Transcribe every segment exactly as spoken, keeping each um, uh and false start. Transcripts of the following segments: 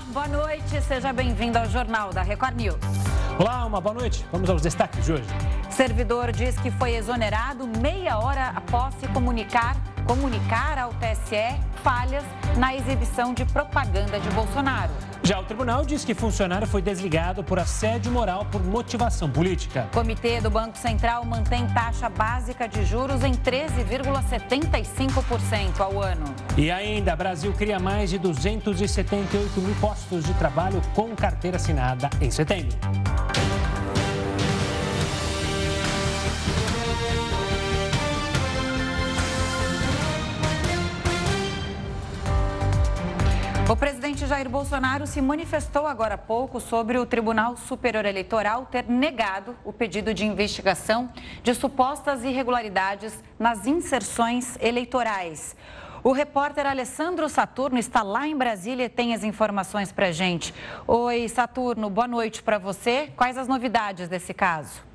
boa noite, seja bem-vindo ao Jornal da Record News. Olá, uma boa noite. Vamos aos destaques de hoje. Servidor diz que foi exonerado meia hora após se comunicar, comunicar ao T S E falhas na exibição de propaganda de Bolsonaro. Já o tribunal diz que funcionário foi desligado por assédio moral por motivação política. Comitê do Banco Central mantém taxa básica de juros em treze vírgula setenta e cinco por cento ao ano. E ainda, Brasil cria mais de duzentos e setenta e oito mil postos de trabalho com carteira assinada em setembro. O presidente Jair Bolsonaro se manifestou agora há pouco sobre o Tribunal Superior Eleitoral ter negado o pedido de investigação de supostas irregularidades nas inserções eleitorais. O repórter Alessandro Saturno está lá em Brasília e tem as informações para a gente. Oi, Saturno, boa noite para você. Quais as novidades desse caso?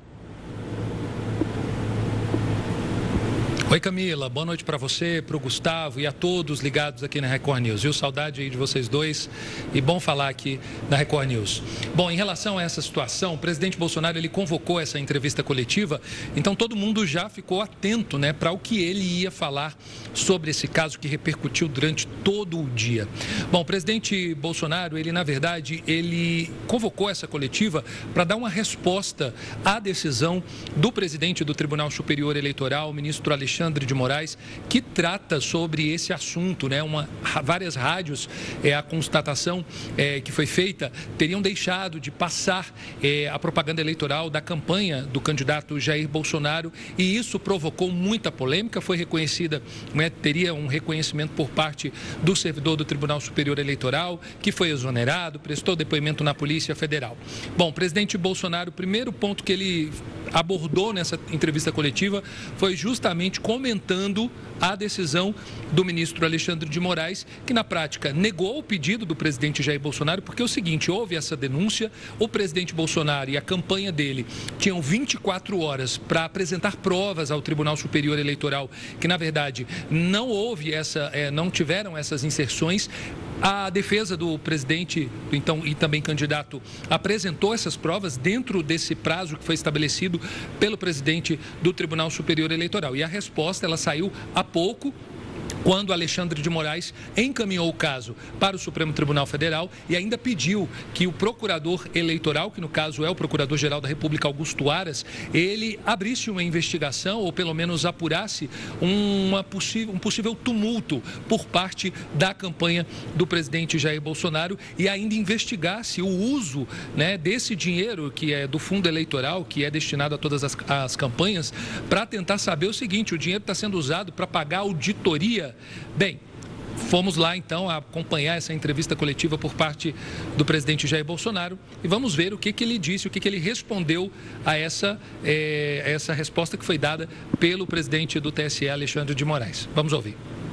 Oi, Camila, boa noite para você, para o Gustavo e a todos ligados aqui na Record News. Viu? Saudade aí de vocês dois e bom falar aqui na Record News. Bom, em relação a essa situação, o presidente Bolsonaro ele convocou essa entrevista coletiva, então todo mundo já ficou atento, né, para o que ele ia falar sobre esse caso que repercutiu durante todo o dia. Bom, o presidente Bolsonaro, ele na verdade, ele convocou essa coletiva para dar uma resposta à decisão do presidente do Tribunal Superior Eleitoral, o ministro Alexandre Alexandre de Moraes, que trata sobre esse assunto, né? Uma, várias rádios, é, a constatação é, que foi feita, teriam deixado de passar é, a propaganda eleitoral da campanha do candidato Jair Bolsonaro e isso provocou muita polêmica, foi reconhecida, né, teria um reconhecimento por parte do servidor do Tribunal Superior Eleitoral, que foi exonerado, prestou depoimento na Polícia Federal. Bom, o presidente Bolsonaro, o primeiro ponto que ele abordou nessa entrevista coletiva foi justamente comentando a decisão do ministro Alexandre de Moraes, que na prática negou o pedido do presidente Jair Bolsonaro, porque é o seguinte, houve essa denúncia, o presidente Bolsonaro e a campanha dele tinham vinte e quatro horas para apresentar provas ao Tribunal Superior Eleitoral, que na verdade não houve essa, é, não tiveram essas inserções. A defesa do presidente, então, e também candidato, apresentou essas provas dentro desse prazo que foi estabelecido pelo presidente do Tribunal Superior Eleitoral. E a resposta, ela saiu há pouco, quando Alexandre de Moraes encaminhou o caso para o Supremo Tribunal Federal e ainda pediu que o procurador eleitoral, que no caso é o Procurador-Geral da República, Augusto Aras, ele abrisse uma investigação ou pelo menos apurasse uma possível, um possível tumulto por parte da campanha do presidente Jair Bolsonaro e ainda investigasse o uso, né, desse dinheiro que é do fundo eleitoral, que é destinado a todas as, as campanhas, para tentar saber o seguinte, o dinheiro está sendo usado para pagar auditoria. Bem, fomos lá então a acompanhar essa entrevista coletiva por parte do presidente Jair Bolsonaro e vamos ver o que, que ele disse, o que, que ele respondeu a essa, é, essa resposta que foi dada pelo presidente do T S E, Alexandre de Moraes. Vamos ouvir.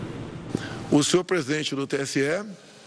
O senhor presidente do T S E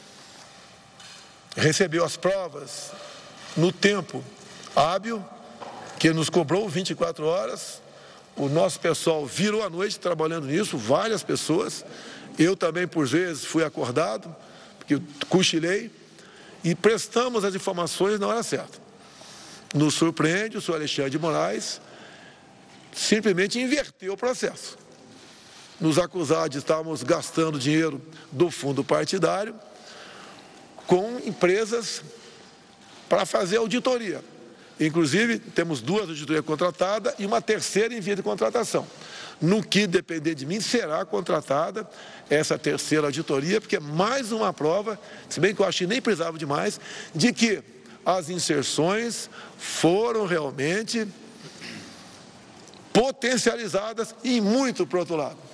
recebeu as provas no tempo hábil, que nos cobrou vinte e quatro horas. O nosso pessoal virou a noite trabalhando nisso, várias pessoas. Eu também, por vezes, fui acordado, porque cochilei, e prestamos as informações na hora certa. Nos surpreende, o senhor Alexandre de Moraes simplesmente inverteu o processo. Nos acusar de estarmos gastando dinheiro do fundo partidário com empresas para fazer auditoria. Inclusive, temos duas auditorias contratadas e uma terceira em via de contratação. No que depender de mim, será contratada essa terceira auditoria, porque é mais uma prova, se bem que eu acho que nem precisava de mais, de que as inserções foram realmente potencializadas e muito para o outro lado.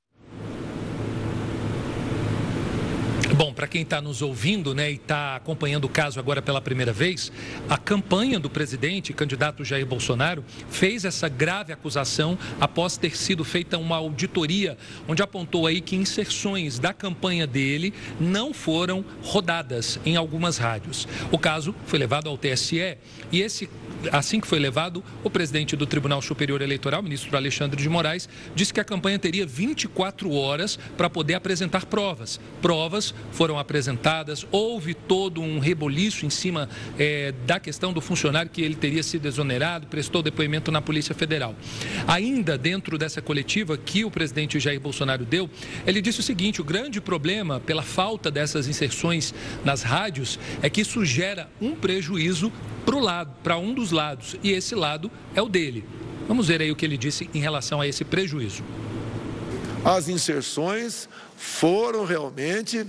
Bom, para quem está nos ouvindo, né, e está acompanhando o caso agora pela primeira vez, a campanha do presidente, candidato Jair Bolsonaro, fez essa grave acusação após ter sido feita uma auditoria, onde apontou aí que inserções da campanha dele não foram rodadas em algumas rádios. O caso foi levado ao T S E e esse assim que foi levado, o presidente do Tribunal Superior Eleitoral, ministro Alexandre de Moraes, disse que a campanha teria vinte e quatro horas para poder apresentar provas. Provas foram apresentadas, houve todo um reboliço em cima é, da questão do funcionário que ele teria sido exonerado, prestou depoimento na Polícia Federal. Ainda dentro dessa coletiva que o presidente Jair Bolsonaro deu, ele disse o seguinte: o grande problema pela falta dessas inserções nas rádios é que isso gera um prejuízo para o lado, para um dos lados, e esse lado é o dele. Vamos ver aí o que ele disse em relação a esse prejuízo. As inserções foram realmente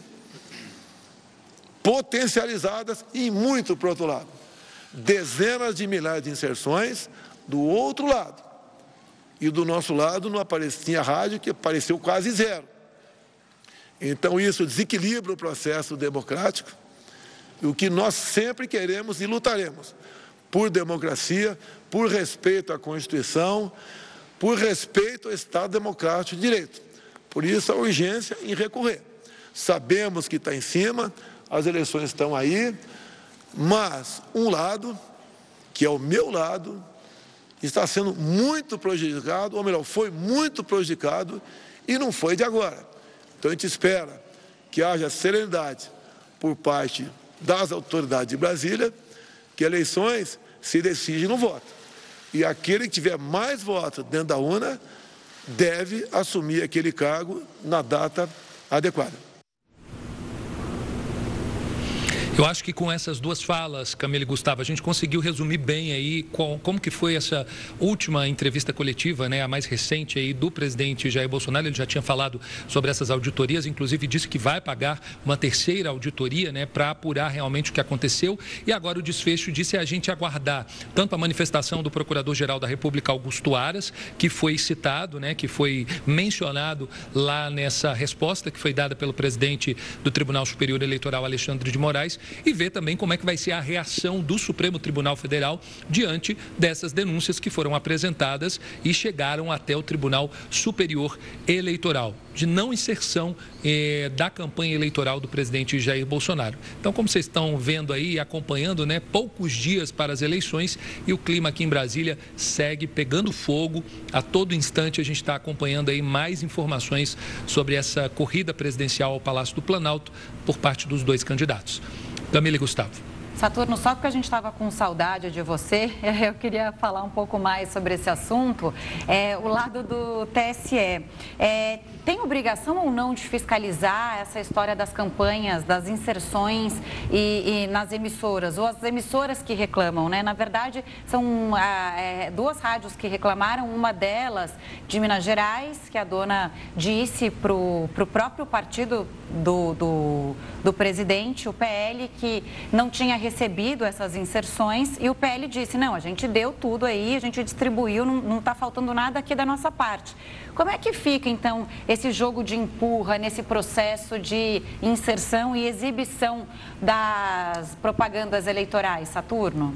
potencializadas e muito para o outro lado. Dezenas de milhares de inserções do outro lado. E do nosso lado não aparecia rádio, que apareceu quase zero. Então isso desequilibra o processo democrático. E o que nós sempre queremos e lutaremos por democracia, por respeito à Constituição, por respeito ao Estado Democrático de Direito. Por isso a urgência em recorrer. Sabemos que está em cima, as eleições estão aí, mas um lado, que é o meu lado, está sendo muito prejudicado, ou melhor, foi muito prejudicado e não foi de agora. Então a gente espera que haja serenidade por parte das autoridades de Brasília, que eleições se decidem no voto. E aquele que tiver mais votos dentro da urna deve assumir aquele cargo na data adequada. Eu acho que com essas duas falas, Camila e Gustavo, a gente conseguiu resumir bem aí como que foi essa última entrevista coletiva, né, a mais recente aí do presidente Jair Bolsonaro. Ele já tinha falado sobre essas auditorias, inclusive disse que vai pagar uma terceira auditoria, né, para apurar realmente o que aconteceu. E agora o desfecho disse a gente aguardar tanto a manifestação do Procurador-Geral da República, Augusto Aras, que foi citado, né, que foi mencionado lá nessa resposta que foi dada pelo presidente do Tribunal Superior Eleitoral, Alexandre de Moraes, e ver também como é que vai ser a reação do Supremo Tribunal Federal diante dessas denúncias que foram apresentadas e chegaram até o Tribunal Superior Eleitoral, de não inserção eh, da campanha eleitoral do presidente Jair Bolsonaro. Então, como vocês estão vendo aí e acompanhando, né, poucos dias para as eleições e o clima aqui em Brasília segue pegando fogo. A todo instante a gente está acompanhando aí mais informações sobre essa corrida presidencial ao Palácio do Planalto por parte dos dois candidatos. Camila e Gustavo. Saturno, só porque a gente estava com saudade de você, eu queria falar um pouco mais sobre esse assunto. É, o lado do T S E, é, tem obrigação ou não de fiscalizar essa história das campanhas, das inserções e, e nas emissoras, ou as emissoras que reclamam, né? Na verdade, são ah, é, duas rádios que reclamaram, uma delas de Minas Gerais, que a dona disse para o próprio partido do, do, do presidente, o P L, que não tinha recebido essas inserções, e o P L disse, não, a gente deu tudo aí, a gente distribuiu, não está faltando nada aqui da nossa parte. Como é que fica, então, esse jogo de empurra nesse processo de inserção e exibição das propagandas eleitorais, Saturno?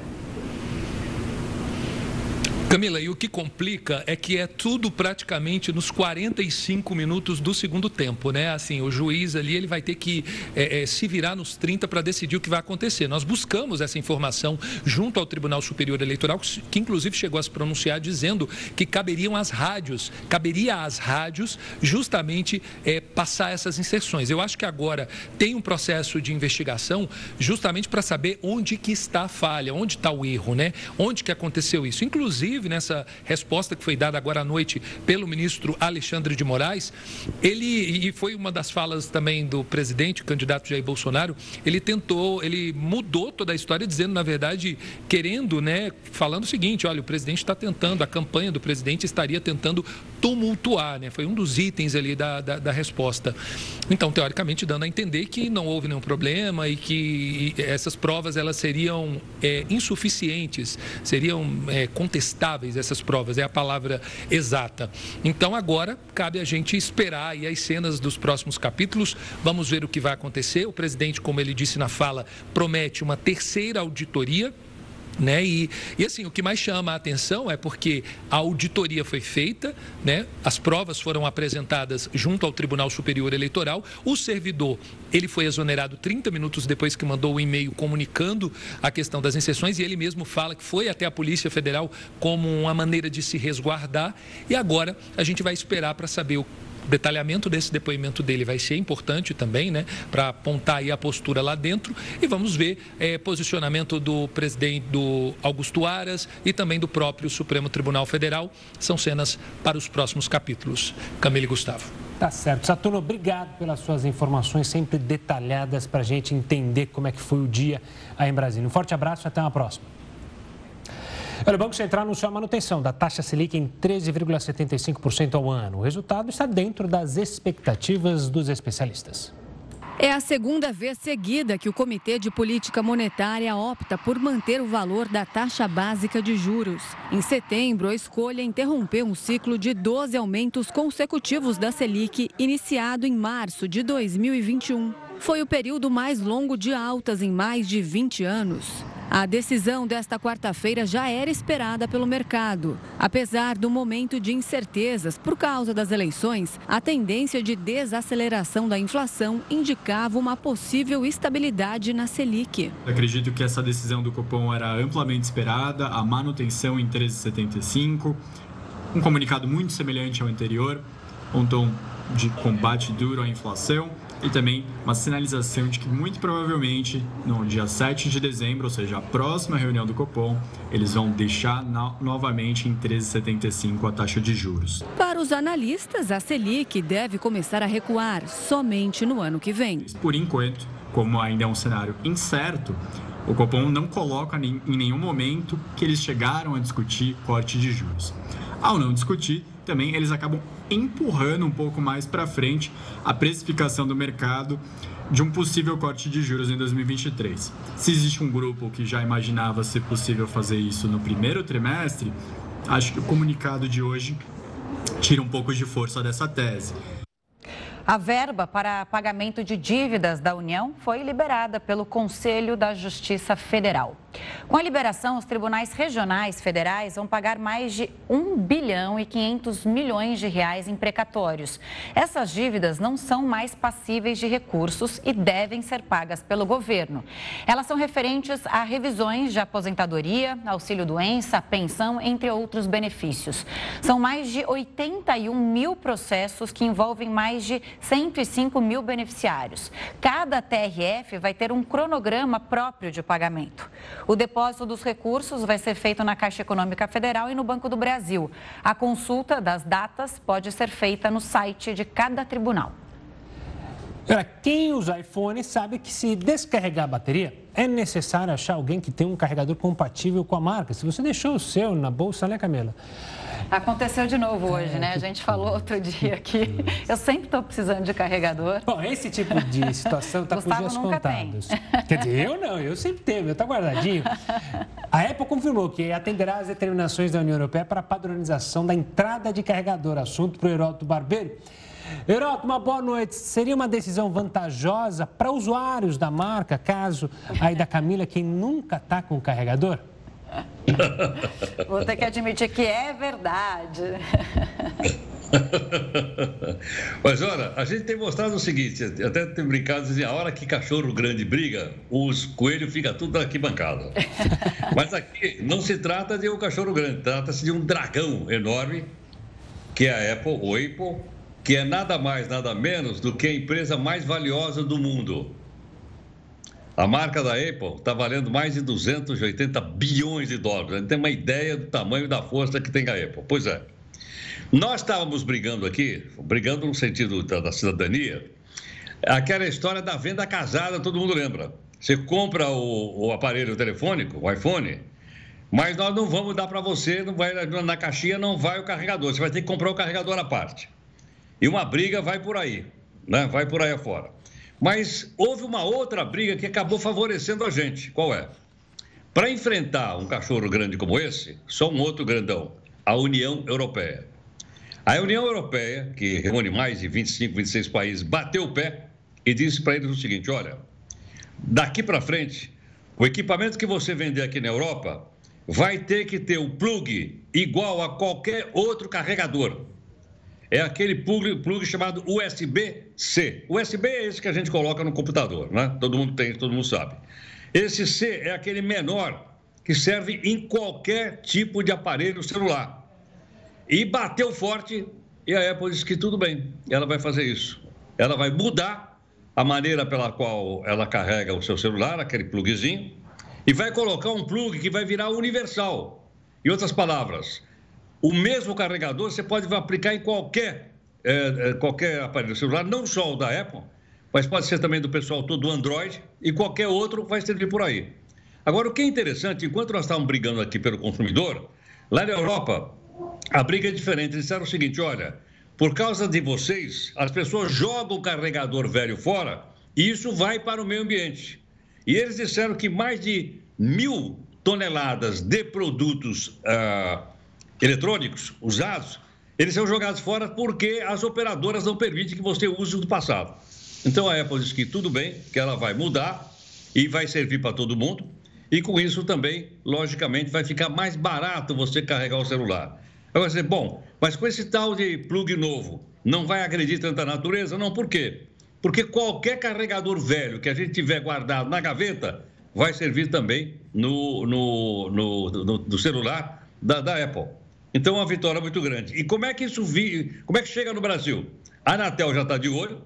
Camila, e o que complica é que é tudo praticamente nos quarenta e cinco minutos do segundo tempo, né? Assim, o juiz ali, ele vai ter que é, é, se virar nos trinta para decidir o que vai acontecer. Nós buscamos essa informação junto ao Tribunal Superior Eleitoral, que inclusive chegou a se pronunciar dizendo que caberiam às rádios, caberia às rádios justamente é, passar essas inserções. Eu acho que agora tem um processo de investigação justamente para saber onde que está a falha, onde está o erro, né? Onde que aconteceu isso. Inclusive, nessa resposta que foi dada agora à noite pelo ministro Alexandre de Moraes, ele, e foi uma das falas também do presidente, o candidato Jair Bolsonaro, ele tentou, ele mudou toda a história, dizendo, na verdade, querendo, né, falando o seguinte, olha, o presidente está tentando, a campanha do presidente estaria tentando tumultuar, né, foi um dos itens ali da, da, da resposta. Então, teoricamente, dando a entender que não houve nenhum problema e que essas provas, elas seriam é, insuficientes, seriam é, contestadas essas provas, é a palavra exata. Então agora cabe a gente esperar aí as cenas dos próximos capítulos, vamos ver o que vai acontecer. O presidente, como ele disse na fala, promete uma terceira auditoria Né? E, e assim, o que mais chama a atenção é porque a auditoria foi feita, né? As provas foram apresentadas junto ao Tribunal Superior Eleitoral, o servidor ele foi exonerado trinta minutos depois que mandou o e-mail comunicando a questão das inserções e ele mesmo fala que foi até a Polícia Federal como uma maneira de se resguardar e agora a gente vai esperar para saber o detalhamento desse depoimento dele vai ser importante também, né, para apontar aí a postura lá dentro e vamos ver é, posicionamento do presidente do Augusto Aras e também do próprio Supremo Tribunal Federal. São cenas para os próximos capítulos. Camila e Gustavo. Tá certo. Saturno, obrigado pelas suas informações sempre detalhadas para a gente entender como é que foi o dia aí em Brasília. Um forte abraço e até uma próxima. O Banco Central anunciou a manutenção da taxa Selic em treze vírgula setenta e cinco por cento ao ano. O resultado está dentro das expectativas dos especialistas. É a segunda vez seguida que o Comitê de Política Monetária opta por manter o valor da taxa básica de juros. Em setembro, a escolha interrompeu um ciclo de doze aumentos consecutivos da Selic, iniciado em março de dois mil e vinte e um. Foi o período mais longo de altas em mais de vinte anos. A decisão desta quarta-feira já era esperada pelo mercado. Apesar do momento de incertezas por causa das eleições, a tendência de desaceleração da inflação indicava uma possível estabilidade na Selic. Eu acredito que essa decisão do Copom era amplamente esperada, a manutenção em treze vírgula setenta e cinco, um comunicado muito semelhante ao anterior, um tom de combate duro à inflação. E também uma sinalização de que muito provavelmente no dia sete de dezembro, ou seja, a próxima reunião do Copom, eles vão deixar no, novamente em treze vírgula setenta e cinco a taxa de juros. Para os analistas, a Selic deve começar a recuar somente no ano que vem. Por enquanto, como ainda é um cenário incerto, o Copom não coloca em nenhum momento que eles chegaram a discutir corte de juros. Ao não discutir, também eles acabam empurrando um pouco mais para frente a precificação do mercado de um possível corte de juros em dois mil e vinte e três. Se existe um grupo que já imaginava ser possível fazer isso no primeiro trimestre, acho que o comunicado de hoje tira um pouco de força dessa tese. A verba para pagamento de dívidas da União foi liberada pelo Conselho da Justiça Federal. Com a liberação, os tribunais regionais federais vão pagar mais de um bilhão e quinhentos milhões de reais em precatórios. Essas dívidas não são mais passíveis de recursos e devem ser pagas pelo governo. Elas são referentes a revisões de aposentadoria, auxílio-doença, pensão, entre outros benefícios. São mais de oitenta e um mil processos que envolvem mais de cento e cinco mil beneficiários. Cada T R F vai ter um cronograma próprio de pagamento. O depósito dos recursos vai ser feito na Caixa Econômica Federal e no Banco do Brasil. A consulta das datas pode ser feita no site de cada tribunal. Agora, quem usa iPhone sabe que se descarregar a bateria, é necessário achar alguém que tem um carregador compatível com a marca. Se você deixou o seu na bolsa, né, Camila? Aconteceu de novo hoje, né? A gente falou outro dia aqui. Eu sempre estou precisando de carregador. Bom, esse tipo de situação está com os dias contados. Tem. Quer dizer, eu não, eu sempre tenho, eu está guardadinho. A Apple confirmou que atenderá às determinações da União Europeia para a padronização da entrada de carregador. Assunto para o Heródoto Barbeiro. Heródoto, uma boa noite. Seria uma decisão vantajosa para usuários da marca, caso aí da Camila, quem nunca está com carregador? Vou ter que admitir que é verdade. Mas olha, a gente tem mostrado o seguinte, até tem brincado, dizem, a hora que cachorro grande briga, os coelhos ficam tudo aqui bancado. Mas aqui não se trata de um cachorro grande, trata-se de um dragão enorme, que é a Apple, o Apple, que é nada mais, nada menos do que a empresa mais valiosa do mundo. A marca da Apple está valendo mais de duzentos e oitenta bilhões de dólares. A gente tem uma ideia do tamanho da força que tem a Apple. Pois é. Nós estávamos brigando aqui, brigando no sentido da, da cidadania, aquela história da venda casada, todo mundo lembra. Você compra o, o aparelho telefônico, o iPhone, mas nós não vamos dar para você, não vai, na caixinha não vai o carregador, você vai ter que comprar o carregador à parte. E uma briga vai por aí, né? Vai por aí afora. Mas houve uma outra briga que acabou favorecendo a gente. Qual é? Para enfrentar um cachorro grande como esse, só um outro grandão, a União Europeia. A União Europeia, que reúne mais de vinte e cinco, vinte e seis países, bateu o pé e disse para eles o seguinte, olha, daqui para frente, O equipamento que você vender aqui na Europa vai ter que ter um plug igual a qualquer outro carregador. É aquele plug, plug chamado U S B C. U S B é esse que a gente coloca no computador, né? Todo mundo tem, todo mundo sabe. Esse C é aquele menor que serve em qualquer tipo de aparelho celular. E bateu forte e a Apple disse que tudo bem, ela vai fazer isso. Ela vai mudar a maneira pela qual ela carrega o seu celular, aquele plugzinho, e vai colocar um plug que vai virar universal. Em outras palavras, o mesmo carregador você pode aplicar em qualquer, é, qualquer aparelho celular, não só o da Apple, mas pode ser também do pessoal todo do Android e qualquer outro vai servir por aí. Agora, o que é interessante, enquanto nós estávamos brigando aqui pelo consumidor, lá na Europa, a briga é diferente. Eles disseram o seguinte, olha, por causa de vocês, as pessoas jogam o carregador velho fora e isso vai para o meio ambiente. E eles disseram que mais de mil toneladas de produtos ah, eletrônicos usados, eles são jogados fora porque as operadoras não permitem que você use o do passado. Então a Apple diz que tudo bem, que ela vai mudar e vai servir para todo mundo. E com isso também, logicamente, vai ficar mais barato você carregar o celular. Agora você, bom, mas com esse tal de plug novo, não vai agredir tanta natureza? Não, por quê? Porque qualquer carregador velho que a gente tiver guardado na gaveta vai servir também no, no, no, no, no celular da, da Apple. Então, é uma vitória muito grande. E como é que isso vi, como é que chega no Brasil? A Anatel já está de olho,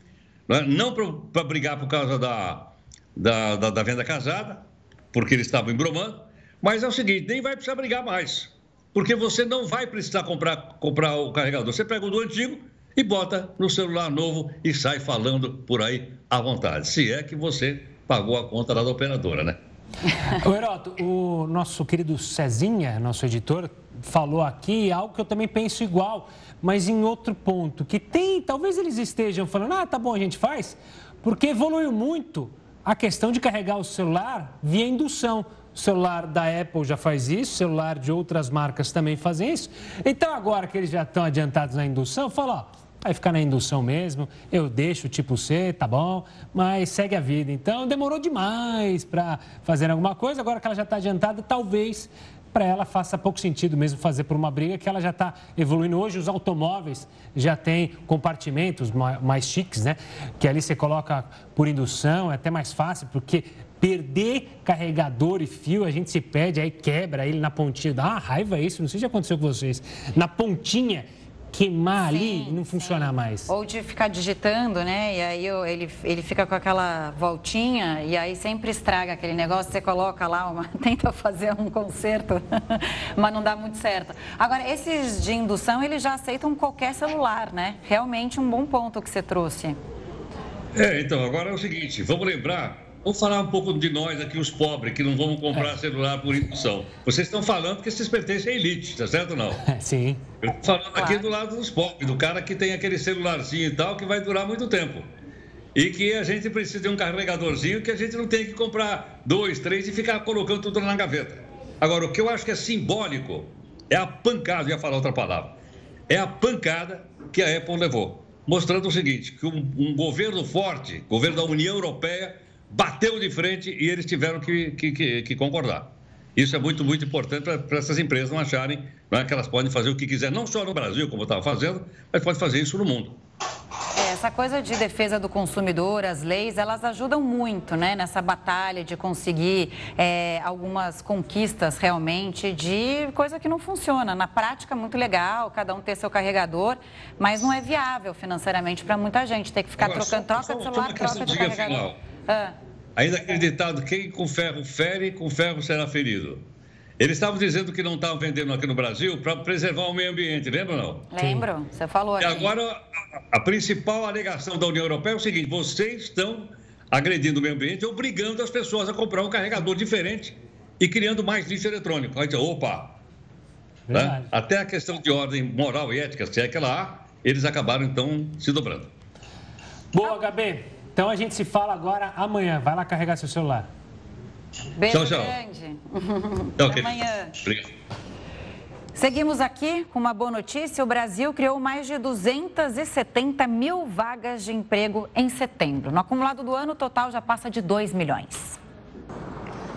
não para brigar por causa da, da, da, da venda casada, porque eles estavam embromando, mas é o seguinte, nem vai precisar brigar mais, porque você não vai precisar comprar, comprar o carregador. Você pega o do antigo e bota no celular novo e sai falando por aí à vontade, se é que você pagou a conta lá da operadora, né? Ô, Heroto, o nosso querido Cezinha, nosso editor, falou aqui algo que eu também penso igual, mas em outro ponto, que tem, talvez eles estejam falando, ah, tá bom, a gente faz, porque evoluiu muito a questão de carregar o celular via indução. O celular da Apple já faz isso, o celular de outras marcas também fazem isso. Então, agora que eles já estão adiantados na indução, fala, ó, vai ficar na indução mesmo, eu deixo o tipo C, tá bom, mas segue a vida. Então, demorou demais para fazer alguma coisa, agora que ela já está adiantada, talvez para ela faça pouco sentido mesmo fazer por uma briga que ela já está evoluindo. Hoje os automóveis já têm compartimentos mais chiques, né? Que ali você coloca por indução, é até mais fácil, porque perder carregador e fio, a gente se perde, aí quebra ele na pontinha. Dá uma raiva isso, não sei se já aconteceu com vocês. Na pontinha, queimar sim, ali e não funcionar sim. mais. Ou de ficar digitando, né? E aí ele, ele fica com aquela voltinha e aí sempre estraga aquele negócio. Você coloca lá, uma, tenta fazer um conserto, mas não dá muito certo. Agora, esses de indução, eles já aceitam qualquer celular, né? Realmente um bom ponto que você trouxe. É, então, agora é o seguinte, vamos lembrar... Vamos falar um pouco de nós aqui, os pobres, que não vamos comprar celular por indução. Vocês estão falando que vocês pertencem à elite, tá certo ou não? Sim. Eu estou falando claro. Aqui do lado dos pobres, do cara que tem aquele celularzinho e tal, que vai durar muito tempo. E que a gente precisa de um carregadorzinho que a gente não tem que comprar dois, três e ficar colocando tudo na gaveta. Agora, o que eu acho que é simbólico é a pancada, eu ia falar outra palavra, é a pancada que a Apple levou. Mostrando o seguinte, que um, um governo forte, governo da União Europeia, bateu de frente e eles tiveram que, que, que, que concordar. Isso é muito, muito importante para essas empresas não acharem, não é, que elas podem fazer o que quiser, não só no Brasil, como eu estava fazendo, mas podem fazer isso no mundo. É, essa coisa de defesa do consumidor, as leis, elas ajudam muito, né, nessa batalha de conseguir é, algumas conquistas realmente de coisa que não funciona. Na prática, muito legal, cada um ter seu carregador, mas não é viável financeiramente para muita gente ter que ficar Agora, trocando, só, troca só, de celular, troca de carregador. Final. Ah. Ainda acreditado, quem com ferro fere, com ferro será ferido. Eles estavam dizendo que não estavam vendendo aqui no Brasil para preservar o meio ambiente, lembra ou não? Lembro, você falou aqui. E agora, a, a principal alegação da União Europeia é o seguinte, vocês estão agredindo o meio ambiente, obrigando as pessoas a comprar um carregador diferente e criando mais lixo eletrônico. Aí diz, opa, né? Até a questão de ordem moral e ética, se é que ela há, eles acabaram, então, se dobrando. Boa, Gabi. Então a gente se fala agora amanhã. Vai lá carregar seu celular. Beijo tchau, tchau. grande. Tchau, Até amanhã. Obrigado. Seguimos aqui com uma boa notícia. O Brasil criou mais de duzentas e setenta mil vagas de emprego em setembro. No acumulado do ano, o total já passa de dois milhões.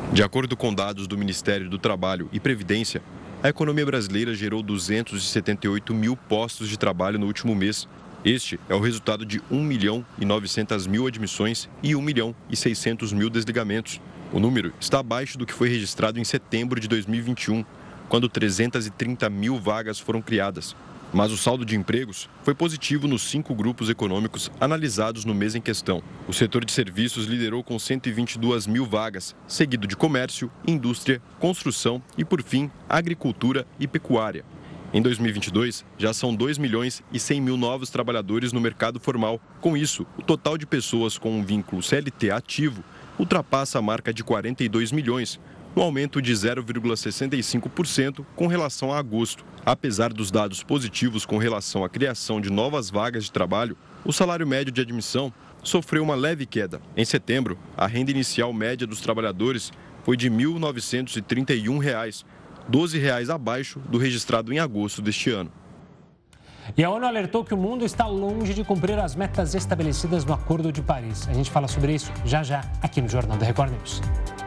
De acordo com dados do Ministério do Trabalho e Previdência, a economia brasileira gerou duzentos e setenta e oito mil postos de trabalho no último mês. Este é o resultado de um milhão e novecentas mil admissões e um milhão e seiscentos mil desligamentos. O número está abaixo do que foi registrado em setembro de dois mil e vinte e um, quando trezentas e trinta mil vagas foram criadas. Mas o saldo de empregos foi positivo nos cinco grupos econômicos analisados no mês em questão. O setor de serviços liderou com cento e vinte e duas mil vagas, seguido de comércio, indústria, construção e, por fim, agricultura e pecuária. Em dois mil e vinte e dois, já são dois milhões e cem mil novos trabalhadores no mercado formal. Com isso, o total de pessoas com um vínculo C L T ativo ultrapassa a marca de quarenta e dois milhões, um aumento de zero vírgula sessenta e cinco por cento com relação a agosto. Apesar dos dados positivos com relação à criação de novas vagas de trabalho, o salário médio de admissão sofreu uma leve queda. Em setembro, a renda inicial média dos trabalhadores foi de mil novecentos e trinta e um reais, doze reais abaixo do registrado em agosto deste ano. E a ONU alertou que o mundo está longe de cumprir as metas estabelecidas no Acordo de Paris. A gente fala sobre isso já já aqui no Jornal da Record News.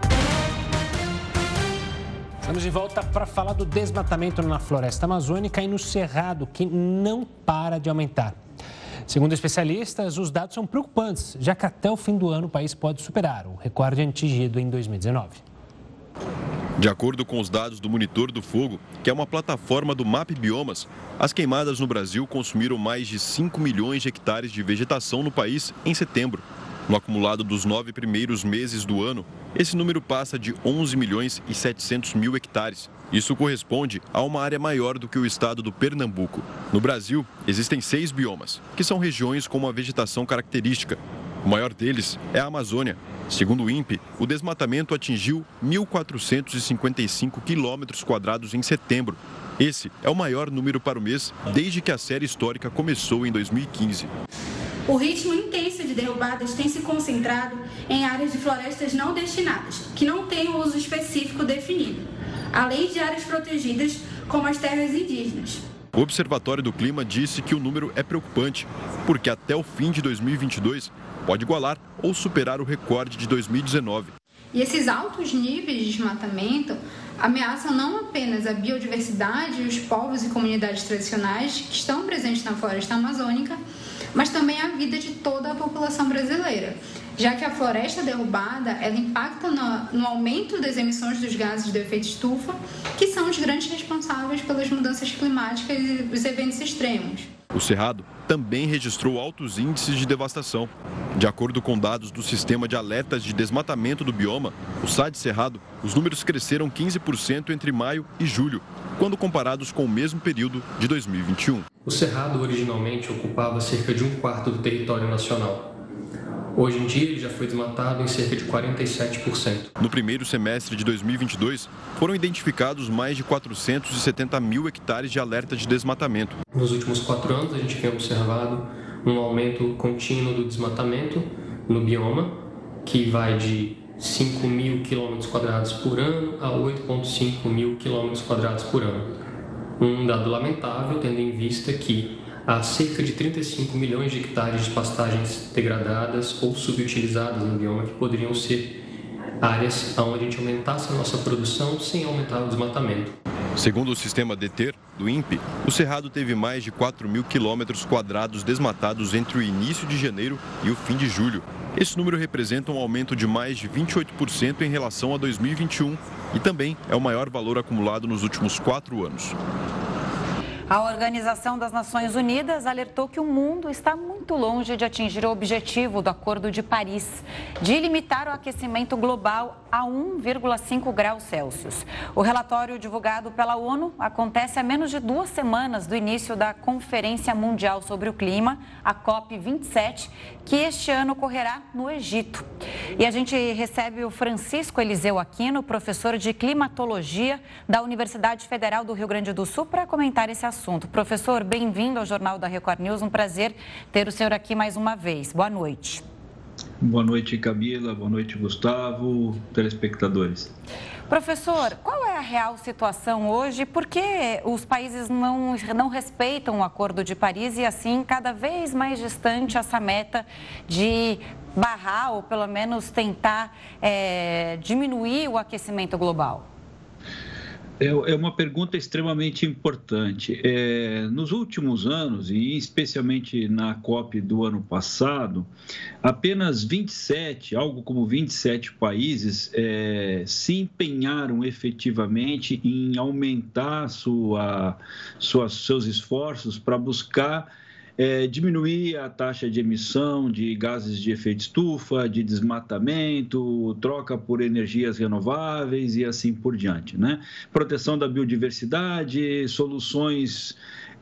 Estamos de volta para falar do desmatamento na floresta amazônica e no Cerrado, que não para de aumentar. Segundo especialistas, os dados são preocupantes, já que até o fim do ano o país pode superar o recorde atingido em dois mil e dezenove. De acordo com os dados do Monitor do Fogo, que é uma plataforma do MAP Biomas, as queimadas no Brasil consumiram mais de cinco milhões de hectares de vegetação no país em setembro. No acumulado dos nove primeiros meses do ano, esse número passa de onze milhões e setecentos mil hectares. Isso corresponde a uma área maior do que o estado do Pernambuco. No Brasil, existem seis biomas, que são regiões com uma vegetação característica. O maior deles é a Amazônia. Segundo o INPE, o desmatamento atingiu mil quatrocentos e cinquenta e cinco quilômetros quadrados em setembro. Esse é o maior número para o mês desde que a série histórica começou em dois mil e quinze. O ritmo intenso de derrubadas tem se concentrado em áreas de florestas não destinadas, que não têm um uso específico definido, além de áreas protegidas, como as terras indígenas. O Observatório do Clima disse que o número é preocupante, porque até o fim de dois mil e vinte e dois pode igualar ou superar o recorde de dois mil e dezenove. E esses altos níveis de desmatamento ameaçam não apenas a biodiversidade e os povos e comunidades tradicionais que estão presentes na floresta amazônica, mas também a vida de toda a população brasileira, já que a floresta derrubada ela impacta no, no aumento das emissões dos gases de efeito estufa, que são os grandes responsáveis pelas mudanças climáticas e os eventos extremos. O Cerrado também registrou altos índices de devastação. De acordo com dados do Sistema de Alertas de Desmatamento do Bioma, o S A D Cerrado, os números cresceram quinze por cento entre maio e julho, quando comparados com o mesmo período de dois mil e vinte e um. O Cerrado originalmente ocupava cerca de um quarto do território nacional. Hoje em dia, ele já foi desmatado em cerca de quarenta e sete por cento. No primeiro semestre de dois mil e vinte e dois, foram identificados mais de quatrocentos e setenta mil hectares de alerta de desmatamento. Nos últimos quatro anos, a gente tem observado um aumento contínuo do desmatamento no bioma, que vai de cinco mil quilômetros quadrados por ano a oito vírgula cinco mil quilômetros quadrados por ano. Um dado lamentável, tendo em vista que há cerca de trinta e cinco milhões de hectares de pastagens degradadas ou subutilizadas no bioma que poderiam ser áreas onde a gente aumentasse a nossa produção sem aumentar o desmatamento. Segundo o sistema DETER do INPE, o Cerrado teve mais de quatro mil quilômetros quadrados desmatados entre o início de janeiro e o fim de julho. Esse número representa um aumento de mais de vinte e oito por cento em relação a dois mil e vinte e um e também é o maior valor acumulado nos últimos quatro anos. A Organização das Nações Unidas alertou que o mundo está muito longe de atingir o objetivo do Acordo de Paris, de limitar o aquecimento global a um vírgula cinco graus Celsius. O relatório divulgado pela ONU acontece a menos de duas semanas do início da Conferência Mundial sobre o Clima, a COP vinte e sete, que este ano ocorrerá no Egito. E a gente recebe o Francisco Eliseu Aquino, professor de climatologia da Universidade Federal do Rio Grande do Sul, para comentar esse assunto. Assunto. Professor, bem-vindo ao Jornal da Record News. Um prazer ter o senhor aqui mais uma vez. Boa noite. Boa noite, Camila. Boa noite, Gustavo, telespectadores. Professor, qual é a real situação hoje? Por que os países não, não respeitam o Acordo de Paris e, assim, cada vez mais distante essa meta de barrar ou pelo menos tentar é, diminuir o aquecimento global? É uma pergunta extremamente importante. É, nos últimos anos, e especialmente na COP do ano passado, apenas vinte e sete, algo como vinte e sete países é, se empenharam efetivamente em aumentar sua, sua, seus esforços para buscar É, diminuir a taxa de emissão de gases de efeito estufa, de desmatamento, troca por energias renováveis e assim por diante, né? Proteção da biodiversidade, soluções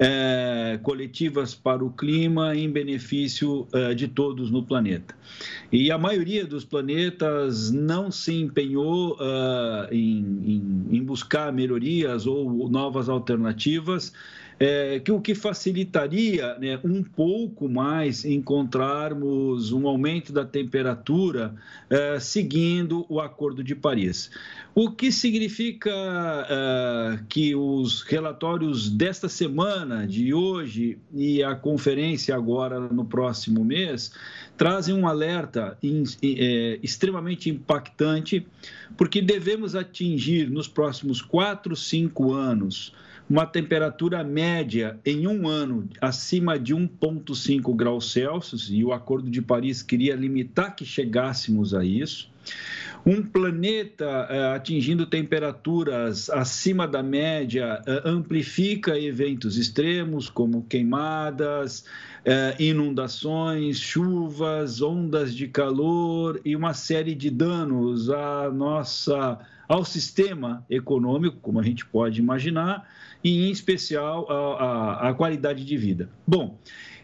é, coletivas para o clima em benefício é, de todos no planeta. E a maioria dos planetas não se empenhou uh, em, em, em buscar melhorias ou novas alternativas, É, que o que facilitaria, né, um pouco mais encontrarmos um aumento da temperatura é, seguindo o Acordo de Paris. O que significa é, que os relatórios desta semana, de hoje, e a conferência agora no próximo mês, trazem um alerta in, é, extremamente impactante, porque devemos atingir nos próximos quatro, cinco anos uma temperatura média em um ano acima de um vírgula cinco graus Celsius, e o Acordo de Paris queria limitar que chegássemos a isso. Um planeta eh, atingindo temperaturas acima da média eh, amplifica eventos extremos, como queimadas, eh, inundações, chuvas, ondas de calor e uma série de danos à nossa, ao sistema econômico, como a gente pode imaginar, e em especial a, a, a qualidade de vida. Bom,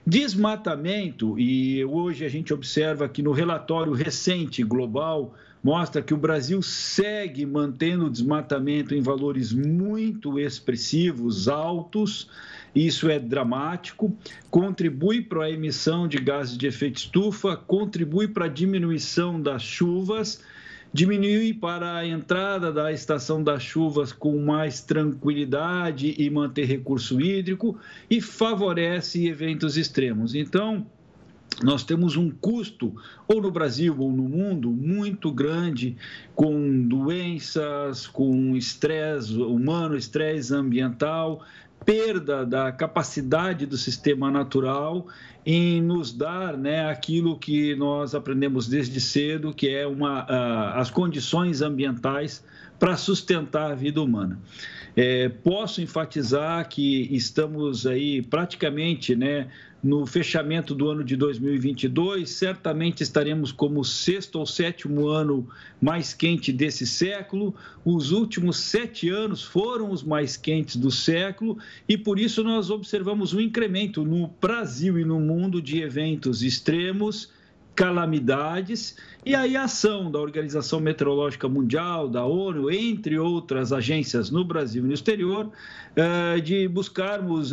desmatamento, e hoje a gente observa que no relatório recente global mostra que o Brasil segue mantendo o desmatamento em valores muito expressivos, altos. Isso é dramático, contribui para a emissão de gases de efeito estufa, contribui para a diminuição das chuvas, diminui para a entrada da estação das chuvas com mais tranquilidade e manter recurso hídrico e favorece eventos extremos. Então, nós temos um custo, ou no Brasil ou no mundo, muito grande com doenças, com estresse humano, estresse ambiental, perda da capacidade do sistema natural em nos dar, né, aquilo que nós aprendemos desde cedo, que é uma, uh, as condições ambientais para sustentar a vida humana. É, posso enfatizar que estamos aí praticamente, né, no fechamento do ano de dois mil e vinte e dois, certamente estaremos como o sexto ou sétimo ano mais quente desse século. Os últimos sete anos foram os mais quentes do século e, por isso, nós observamos um incremento no Brasil e no mundo de eventos extremos, calamidades, e aí a ação da Organização Meteorológica Mundial, da ONU, entre outras agências no Brasil e no exterior, de buscarmos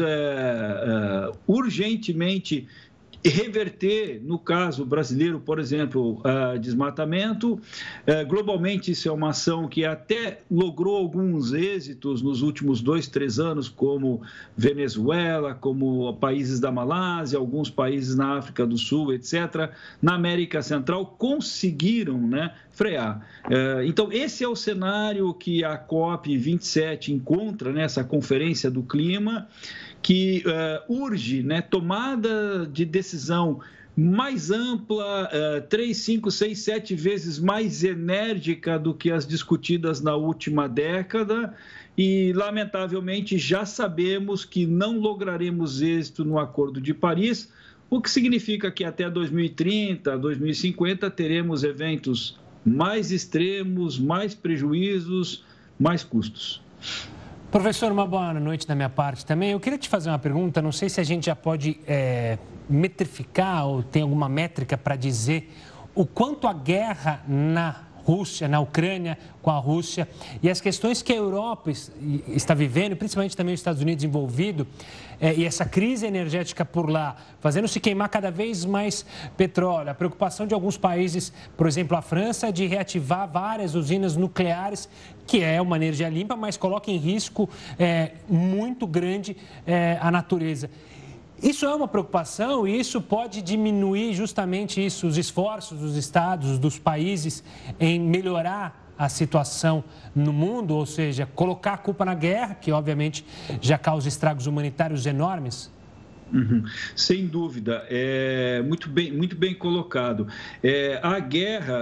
urgentemente reverter, no caso brasileiro, por exemplo, uh, desmatamento. Uh, globalmente, isso é uma ação que até logrou alguns êxitos nos últimos dois, três anos, como Venezuela, como países da Malásia, alguns países na África do Sul, etcétera. Na América Central, conseguiram, né, frear. Uh, então, esse é o cenário que a COP vinte e sete encontra nessa Conferência do Clima, que uh, urge, né, tomada de decisão mais ampla, uh, três, cinco, seis, sete vezes mais enérgica do que as discutidas na última década e, lamentavelmente, já sabemos que não lograremos êxito no Acordo de Paris, o que significa que até dois mil e trinta, dois mil e cinquenta teremos eventos mais extremos, mais prejuízos, mais custos. Professor, uma boa noite da minha parte também. Eu queria te fazer uma pergunta, não sei se a gente já pode é, metrificar ou tem alguma métrica para dizer o quanto a guerra na Rússia, na Ucrânia, com a Rússia, e as questões que a Europa está vivendo, principalmente também os Estados Unidos envolvido, é, e essa crise energética por lá, fazendo-se queimar cada vez mais petróleo, a preocupação de alguns países, por exemplo, a França, de reativar várias usinas nucleares, que é uma energia limpa, mas coloca em risco é, muito grande é, a natureza. Isso é uma preocupação e isso pode diminuir justamente isso, os esforços dos estados, dos países em melhorar a situação no mundo, ou seja, colocar a culpa na guerra, que obviamente já causa estragos humanitários enormes? Uhum. Sem dúvida, é muito bem, muito bem colocado. É, a guerra,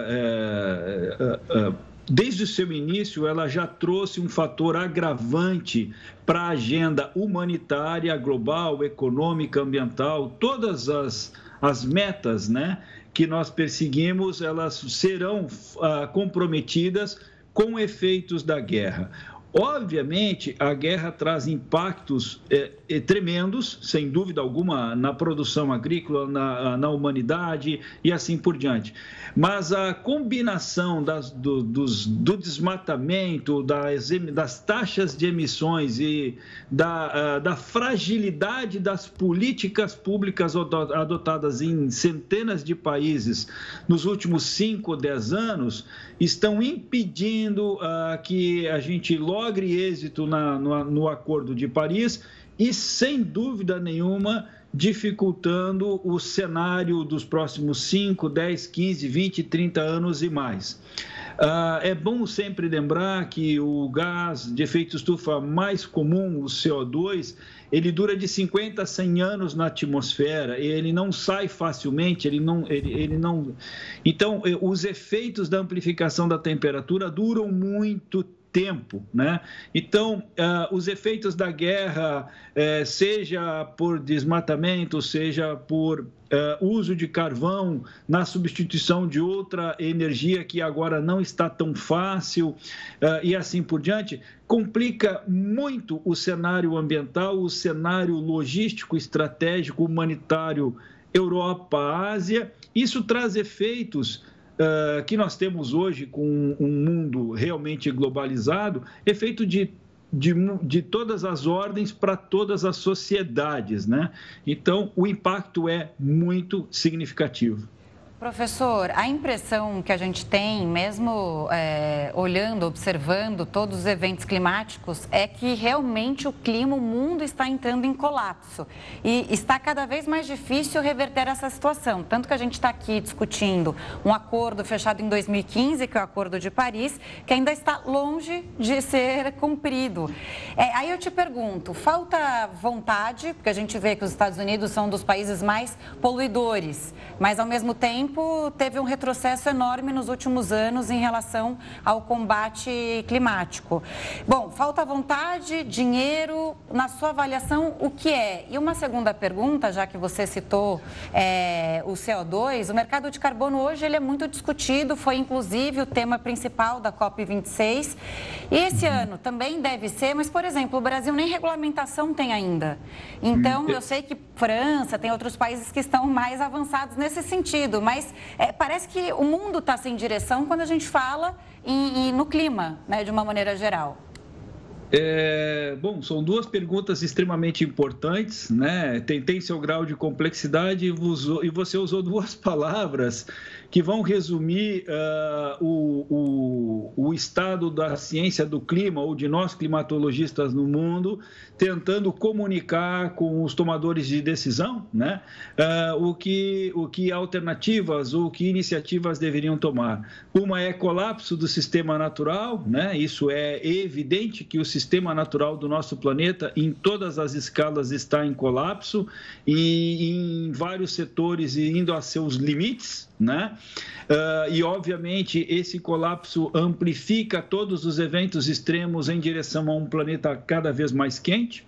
é, é, é, desde o seu início, ela já trouxe um fator agravante para a agenda humanitária, global, econômica, ambiental, todas as, as metas, né, que nós perseguimos, elas serão ah, comprometidas com efeitos da guerra. Obviamente, a guerra traz impactos é, é, tremendos, sem dúvida alguma, na produção agrícola, na, na humanidade e assim por diante. Mas a combinação das, do, dos, do desmatamento, das, das taxas de emissões e da, da fragilidade das políticas públicas adotadas em centenas de países nos últimos cinco, dez anos, estão impedindo uh, que a gente logre êxito na, no, no Acordo de Paris e, sem dúvida nenhuma, dificultando o cenário dos próximos cinco, dez, quinze, vinte, trinta anos e mais. Uh, é bom sempre lembrar que o gás de efeito estufa mais comum, o C O dois, ele dura de cinquenta a cem anos na atmosfera, ele não sai facilmente, ele não, ele, ele não... Então, os efeitos da amplificação da temperatura duram muito tempo, né? Então, uh, os efeitos da guerra, uh, seja por desmatamento, seja por uh, uso de carvão na substituição de outra energia que agora não está tão fácil, uh, e assim por diante, complica muito o cenário ambiental, o cenário logístico, estratégico, humanitário, Europa, Ásia. Isso traz efeitos Uh, que nós temos hoje com um mundo realmente globalizado, é feito de, de, de todas as ordens para todas as sociedades, né? Então, o impacto é muito significativo. Professor, a impressão que a gente tem, mesmo é, olhando, observando todos os eventos climáticos, é que realmente o clima, o mundo está entrando em colapso. E está cada vez mais difícil reverter essa situação. Tanto que a gente está aqui discutindo um acordo fechado em dois mil e quinze, que é o Acordo de Paris, que ainda está longe de ser cumprido. É, aí eu te pergunto, falta vontade, porque a gente vê que os Estados Unidos são um dos países mais poluidores, mas ao mesmo tempo teve um retrocesso enorme nos últimos anos em relação ao combate climático. Bom, falta vontade, dinheiro, na sua avaliação, o que é? E uma segunda pergunta, já que você citou é, o C O dois, o mercado de carbono hoje ele é muito discutido, foi inclusive o tema principal da COP vinte e seis. E esse ano também deve ser, mas, por exemplo, o Brasil nem regulamentação tem ainda. Então, eu sei que França, tem outros países que estão mais avançados nesse sentido, mas É, parece que o mundo está sem direção quando a gente fala em, em, no clima, né, de uma maneira geral. É, bom, são duas perguntas extremamente importantes, né? Tem, tem seu grau de complexidade e, usou, e você usou duas palavras que vão resumir uh, o, o, o estado da ciência do clima ou de nós climatologistas no mundo, tentando comunicar com os tomadores de decisão, né? Uh, o, que, o que alternativas ou que iniciativas deveriam tomar. Uma é colapso do sistema natural, né? Isso é evidente que o sistema natural do nosso planeta, em todas as escalas, está em colapso e em vários setores indo a seus limites, né? Uh, e, obviamente, esse colapso amplifica todos os eventos extremos em direção a um planeta cada vez mais quente.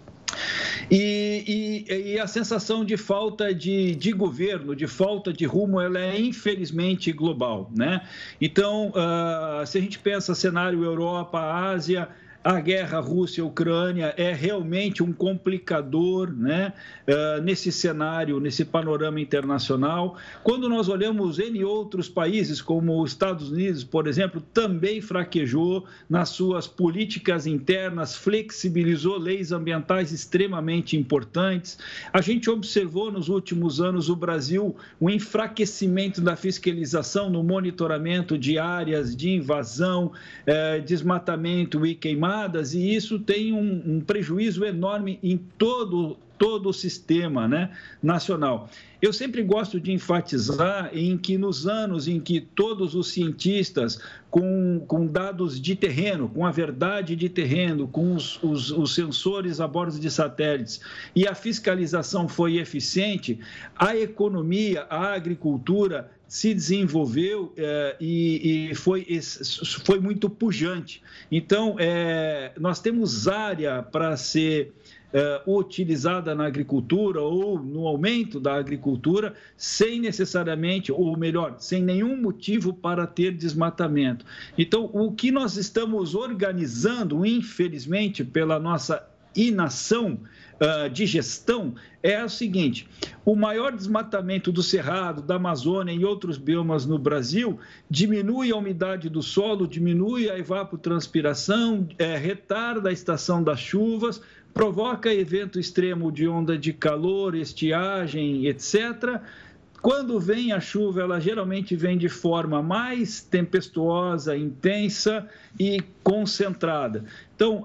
E, e, e a sensação de falta de, de governo, de falta de rumo, ela é infelizmente global, né? Então, uh, se a gente pensa cenário Europa, Ásia, a guerra Rússia-Ucrânia é realmente um complicador, né, uh, nesse cenário, nesse panorama internacional. Quando nós olhamos em outros países, como os Estados Unidos, por exemplo, também fraquejou nas suas políticas internas, flexibilizou leis ambientais extremamente importantes. A gente observou nos últimos anos o Brasil, o enfraquecimento da fiscalização no monitoramento de áreas de invasão, eh, desmatamento e queimada, e isso tem um, um prejuízo enorme em todo todo o sistema, né, nacional. Eu sempre gosto de enfatizar em que nos anos em que todos os cientistas, com, com dados de terreno, com a verdade de terreno, com os, os, os sensores a bordo de satélites e a fiscalização foi eficiente, a economia, a agricultura se desenvolveu é, e, e foi, foi muito pujante. Então, é, nós temos área para ser é, utilizada na agricultura ou no aumento da agricultura, sem necessariamente, ou melhor, sem nenhum motivo para ter desmatamento. Então, o que nós estamos organizando, infelizmente, pela nossa inação uh, de gestão, é o seguinte: o maior desmatamento do Cerrado, da Amazônia e outros biomas no Brasil diminui a umidade do solo, diminui a evapotranspiração, é, retarda a estação das chuvas, provoca evento extremo de onda de calor, estiagem, etcétera. Quando vem a chuva, ela geralmente vem de forma mais tempestuosa, intensa e concentrada. Então,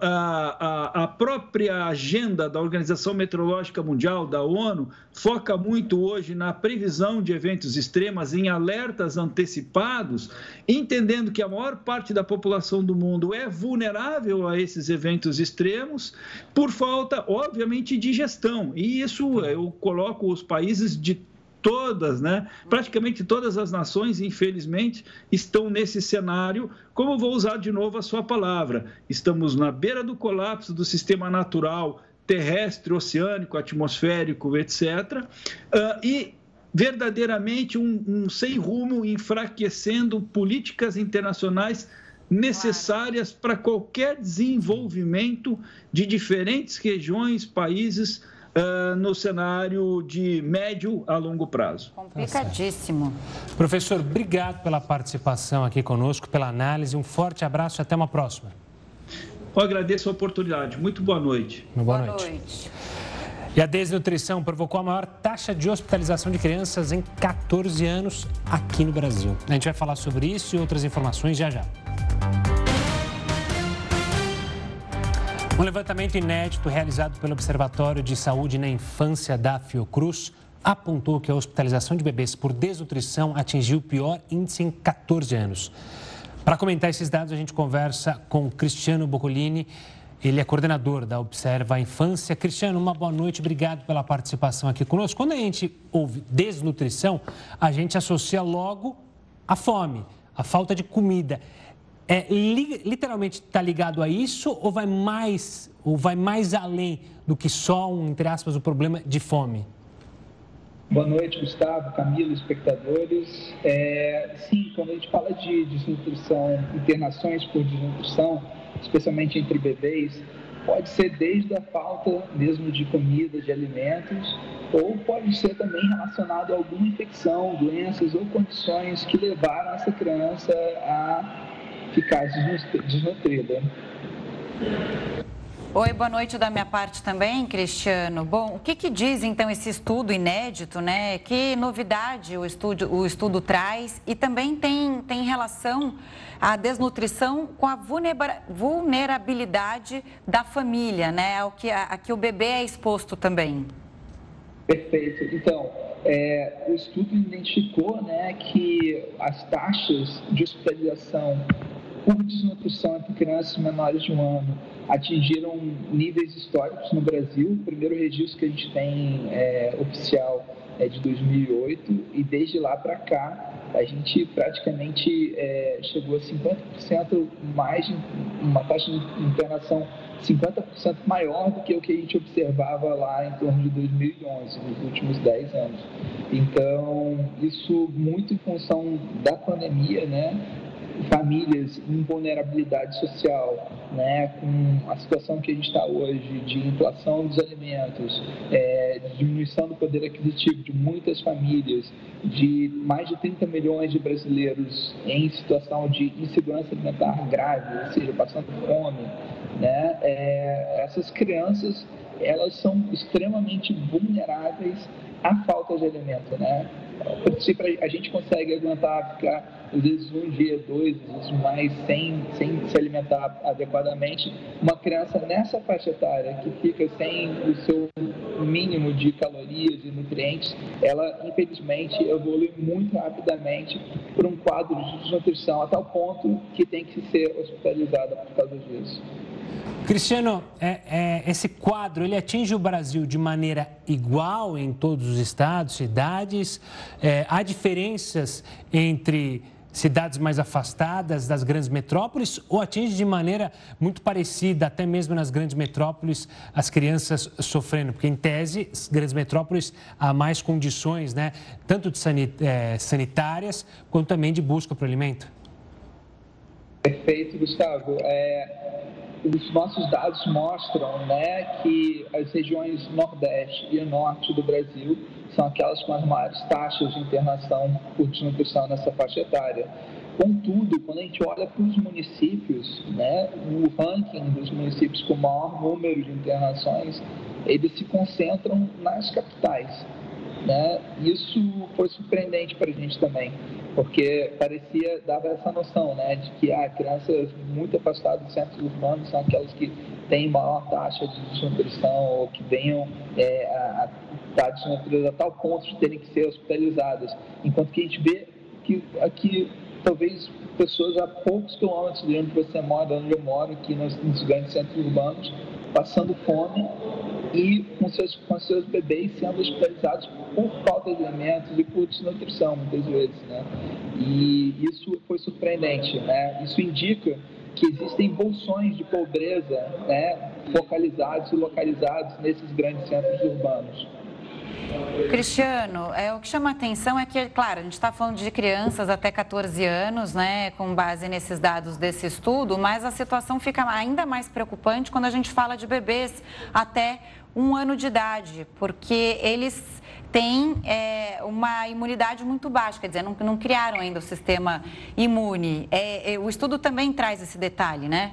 a, a, a própria agenda da Organização Meteorológica Mundial, da ONU, foca muito hoje na previsão de eventos extremos, em alertas antecipados, entendendo que a maior parte da população do mundo é vulnerável a esses eventos extremos, por falta, obviamente, de gestão. E isso eu coloco os países de todas, né? Praticamente todas as nações, infelizmente, estão nesse cenário. Como eu vou usar de novo a sua palavra, estamos na beira do colapso do sistema natural, terrestre, oceânico, atmosférico, etcétera. Uh, e verdadeiramente um, um sem rumo, enfraquecendo políticas internacionais necessárias para qualquer desenvolvimento de diferentes regiões, países, Uh, no cenário de médio a longo prazo. Complicadíssimo. Professor, obrigado pela participação aqui conosco, pela análise. Um forte abraço e até uma próxima. Eu agradeço a oportunidade. Muito boa noite. Boa, boa noite. noite. E a desnutrição provocou a maior taxa de hospitalização de crianças em quatorze anos aqui no Brasil. A gente vai falar sobre isso e outras informações já já. Um levantamento inédito realizado pelo Observatório de Saúde na Infância da Fiocruz apontou que a hospitalização de bebês por desnutrição atingiu o pior índice em quatorze anos. Para comentar esses dados, a gente conversa com Cristiano Boccolini. Ele é coordenador da Observa Infância. Cristiano, uma boa noite, obrigado pela participação aqui conosco. Quando a gente ouve desnutrição, a gente associa logo a fome, a falta de comida. É, li, literalmente está ligado a isso ou vai mais, ou vai mais além do que só, um, entre aspas, o problema de fome? Boa noite, Gustavo, Camila, espectadores. É, sim, quando a gente fala de desnutrição, internações por desnutrição, especialmente entre bebês, pode ser desde a falta mesmo de comida, de alimentos, ou pode ser também relacionado a alguma infecção, doenças ou condições que levaram essa criança a ficar desnutrida. Oi, boa noite da minha parte também, Cristiano. Bom, o que, que diz então esse estudo inédito, né? Que novidade o estudo, o estudo traz e também tem, tem relação à desnutrição com a vulnerabilidade da família, né? Ao que, a, a que o bebê é exposto também. Perfeito. Então, é, o estudo identificou, né, que as taxas de hospitalização por desnutrição entre crianças menores de um ano atingiram níveis históricos no Brasil. O primeiro registro que a gente tem é, oficial é de dois mil e oito e desde lá para cá a gente praticamente é, chegou a cinquenta por cento mais, uma taxa de internação cinquenta por cento maior do que o que a gente observava lá em torno de dois mil e onze, nos últimos dez anos. Então, isso muito em função da pandemia, né? Famílias em vulnerabilidade social, né, com a situação que a gente está hoje de inflação dos alimentos, é, de diminuição do poder aquisitivo de muitas famílias, de mais de trinta milhões de brasileiros em situação de insegurança alimentar grave, ou seja, passando fome, né, é, essas crianças, elas são extremamente vulneráveis à falta de alimento, né? Se a gente consegue aguentar ficar às vezes um dia, dois, às vezes mais, sem, sem se alimentar adequadamente, uma criança nessa faixa etária que fica sem o seu mínimo de calorias e nutrientes, ela infelizmente evolui muito rapidamente para um quadro de desnutrição, a tal ponto que tem que ser hospitalizada por causa disso. Cristiano, é, é, esse quadro, ele atinge o Brasil de maneira igual em todos os estados, cidades? É, há diferenças entre cidades mais afastadas das grandes metrópoles ou atinge de maneira muito parecida, até mesmo nas grandes metrópoles, as crianças sofrendo? Porque, em tese, as grandes metrópoles há mais condições, né, tanto de sanit- é, sanitárias quanto também de busca por alimento. Perfeito, Gustavo. É, os nossos dados mostram, né, que as regiões Nordeste e Norte do Brasil são aquelas com as maiores taxas de internação por desnutrição nessa faixa etária. Contudo, quando a gente olha para os municípios, né, o ranking dos municípios com maior número de internações, eles se concentram nas capitais, né? Isso foi surpreendente para a gente também, porque parecia, dava essa noção, né, de que ah, crianças muito afastadas dos centros urbanos são aquelas que têm maior taxa de desnutrição ou que venham é, a estar desnutridas a tal ponto de terem que ser hospitalizadas, enquanto que a gente vê que aqui talvez pessoas a poucos quilômetros de onde você mora, onde eu moro, aqui nos, nos grandes centros urbanos, passando fome e com seus, com seus bebês sendo hospitalizados por falta de alimentos e por desnutrição, muitas vezes, né? E isso foi surpreendente, né? Isso indica que existem bolsões de pobreza, né, focalizados e localizados nesses grandes centros urbanos. Cristiano, é, o que chama a atenção é que, claro, a gente está falando de crianças até catorze anos, né, com base nesses dados desse estudo, mas a situação fica ainda mais preocupante quando a gente fala de bebês até um ano de idade, porque eles têm é, uma imunidade muito baixa, quer dizer, não, não criaram ainda o sistema imune. É, é, o estudo também traz esse detalhe, né?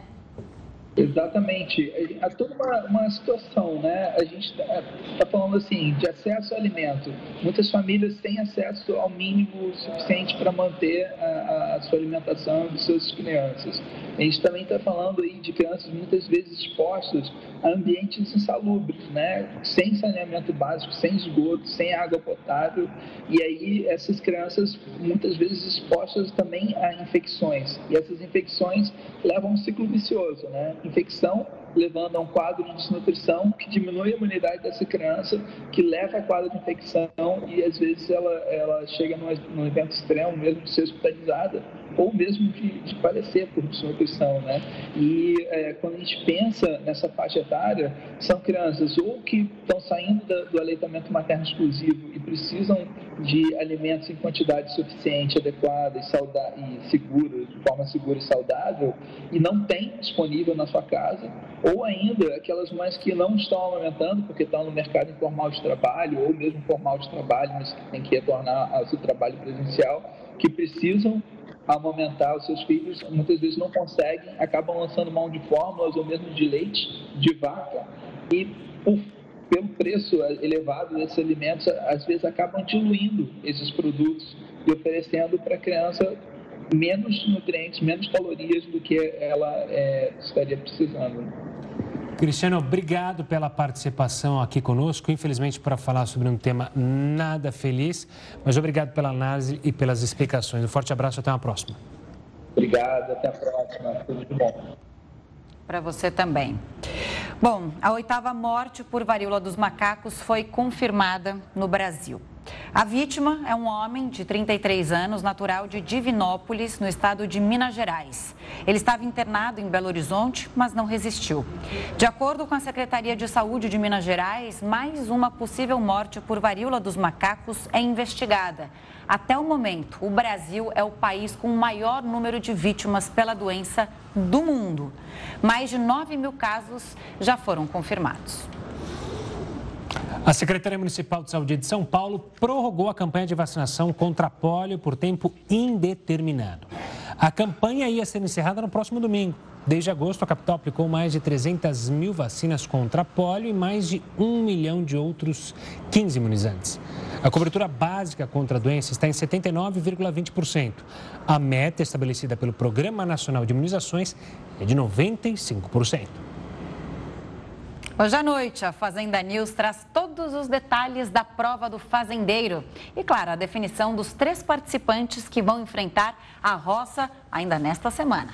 Exatamente. Há toda uma, uma situação, né? A gente está tá falando assim de acesso ao alimento. Muitas famílias têm acesso ao mínimo suficiente para manter a, a sua alimentação de suas crianças. A gente também está falando aí de crianças muitas vezes expostas a ambientes insalubres, né? Sem saneamento básico, sem esgoto, sem água potável. E aí essas crianças muitas vezes expostas também a infecções. E essas infecções levam a um ciclo vicioso, né? Infecção levando a um quadro de desnutrição que diminui a imunidade dessa criança, que leva a quadro de infecção e às vezes ela, ela chega num, num evento extremo, mesmo de ser hospitalizada ou mesmo de, de falecer por desnutrição, né? E é, quando a gente pensa nessa faixa etária, são crianças ou que estão saindo da, do aleitamento materno exclusivo e precisam de alimentos em quantidade suficiente, adequada e, sauda- e segura, de forma segura e saudável, e não tem disponível na sua casa, ou ainda aquelas mães que não estão amamentando porque estão no mercado informal de trabalho, ou mesmo formal de trabalho, mas tem que retornar ao seu trabalho presencial, que precisam amamentar os seus filhos, muitas vezes não conseguem, acabam lançando mão de fórmulas ou mesmo de leite de vaca e por, pelo preço elevado desses alimentos, às vezes acabam diluindo esses produtos e oferecendo para a criança menos nutrientes, menos calorias do que ela é, estaria precisando. Cristiano, obrigado pela participação aqui conosco, infelizmente para falar sobre um tema nada feliz, mas obrigado pela análise e pelas explicações. Um forte abraço, até uma próxima. Obrigado, até a próxima, tudo de bom. Para você também. Bom, a oitava morte por varíola dos macacos foi confirmada no Brasil. A vítima é um homem de trinta e três anos, natural de Divinópolis, no estado de Minas Gerais. Ele estava internado em Belo Horizonte, mas não resistiu. De acordo com a Secretaria de Saúde de Minas Gerais, mais uma possível morte por varíola dos macacos é investigada. Até o momento, o Brasil é o país com o maior número de vítimas pela doença do mundo. Mais de nove mil casos já foram confirmados. A Secretaria Municipal de Saúde de São Paulo prorrogou a campanha de vacinação contra a polio por tempo indeterminado. A campanha ia ser encerrada no próximo domingo. Desde agosto, a capital aplicou mais de trezentas mil vacinas contra a polio e mais de um milhão de outros quinze imunizantes. A cobertura básica contra a doença está em setenta e nove vírgula vinte por cento. A meta estabelecida pelo Programa Nacional de Imunizações é de noventa e cinco por cento. Hoje à noite, a Fazenda News traz todos os detalhes da prova do fazendeiro. E, claro, a definição dos três participantes que vão enfrentar a roça ainda nesta semana.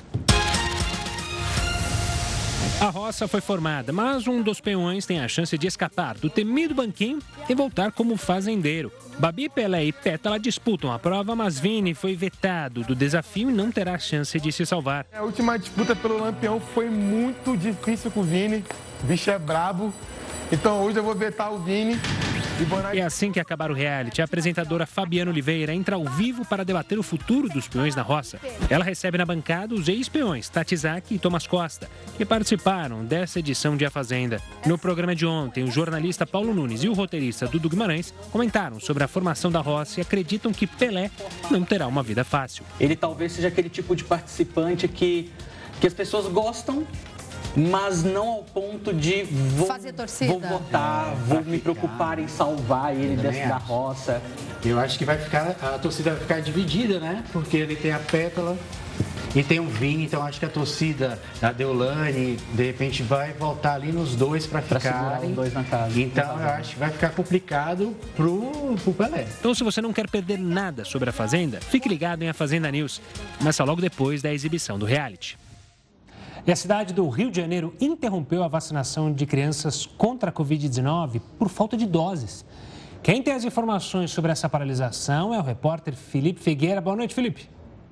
A roça foi formada, mas um dos peões tem a chance de escapar do temido banquinho e voltar como fazendeiro. Babi, Pelé e Pétala disputam a prova, mas Vini foi vetado do desafio e não terá chance de se salvar. A última disputa pelo Lampião foi muito difícil com o Vini. O bicho é brabo. Então hoje eu vou vetar o Vini. E assim que acabar o reality, a apresentadora Fabiana Oliveira entra ao vivo para debater o futuro dos peões na roça. Ela recebe na bancada os ex-peões Tati Zaki e Thomas Costa, que participaram dessa edição de A Fazenda. No programa de ontem, o jornalista Paulo Nunes e o roteirista Dudu Guimarães comentaram sobre a formação da roça e acreditam que Pelé não terá uma vida fácil. Ele talvez seja aquele tipo de participante que, que as pessoas gostam, mas não ao ponto de vou, fazer torcida. Vou votar, vou me preocupar em salvar ele dessa da roça. Eu acho que vai ficar, a torcida vai ficar dividida, né? Porque ele tem a Pétala e tem o Vini, então acho que a torcida da Deolane, de repente, vai voltar ali nos dois para ficar. Os dois na casa. Então eu acho que vai ficar complicado pro, pro Pelé. Então, se você não quer perder nada sobre a Fazenda, fique ligado em A Fazenda News. Começa logo depois da exibição do reality. E a cidade do Rio de Janeiro interrompeu a vacinação de crianças contra a covid dezenove por falta de doses. Quem tem as informações sobre essa paralisação é o repórter Felipe Figueira. Boa noite, Felipe.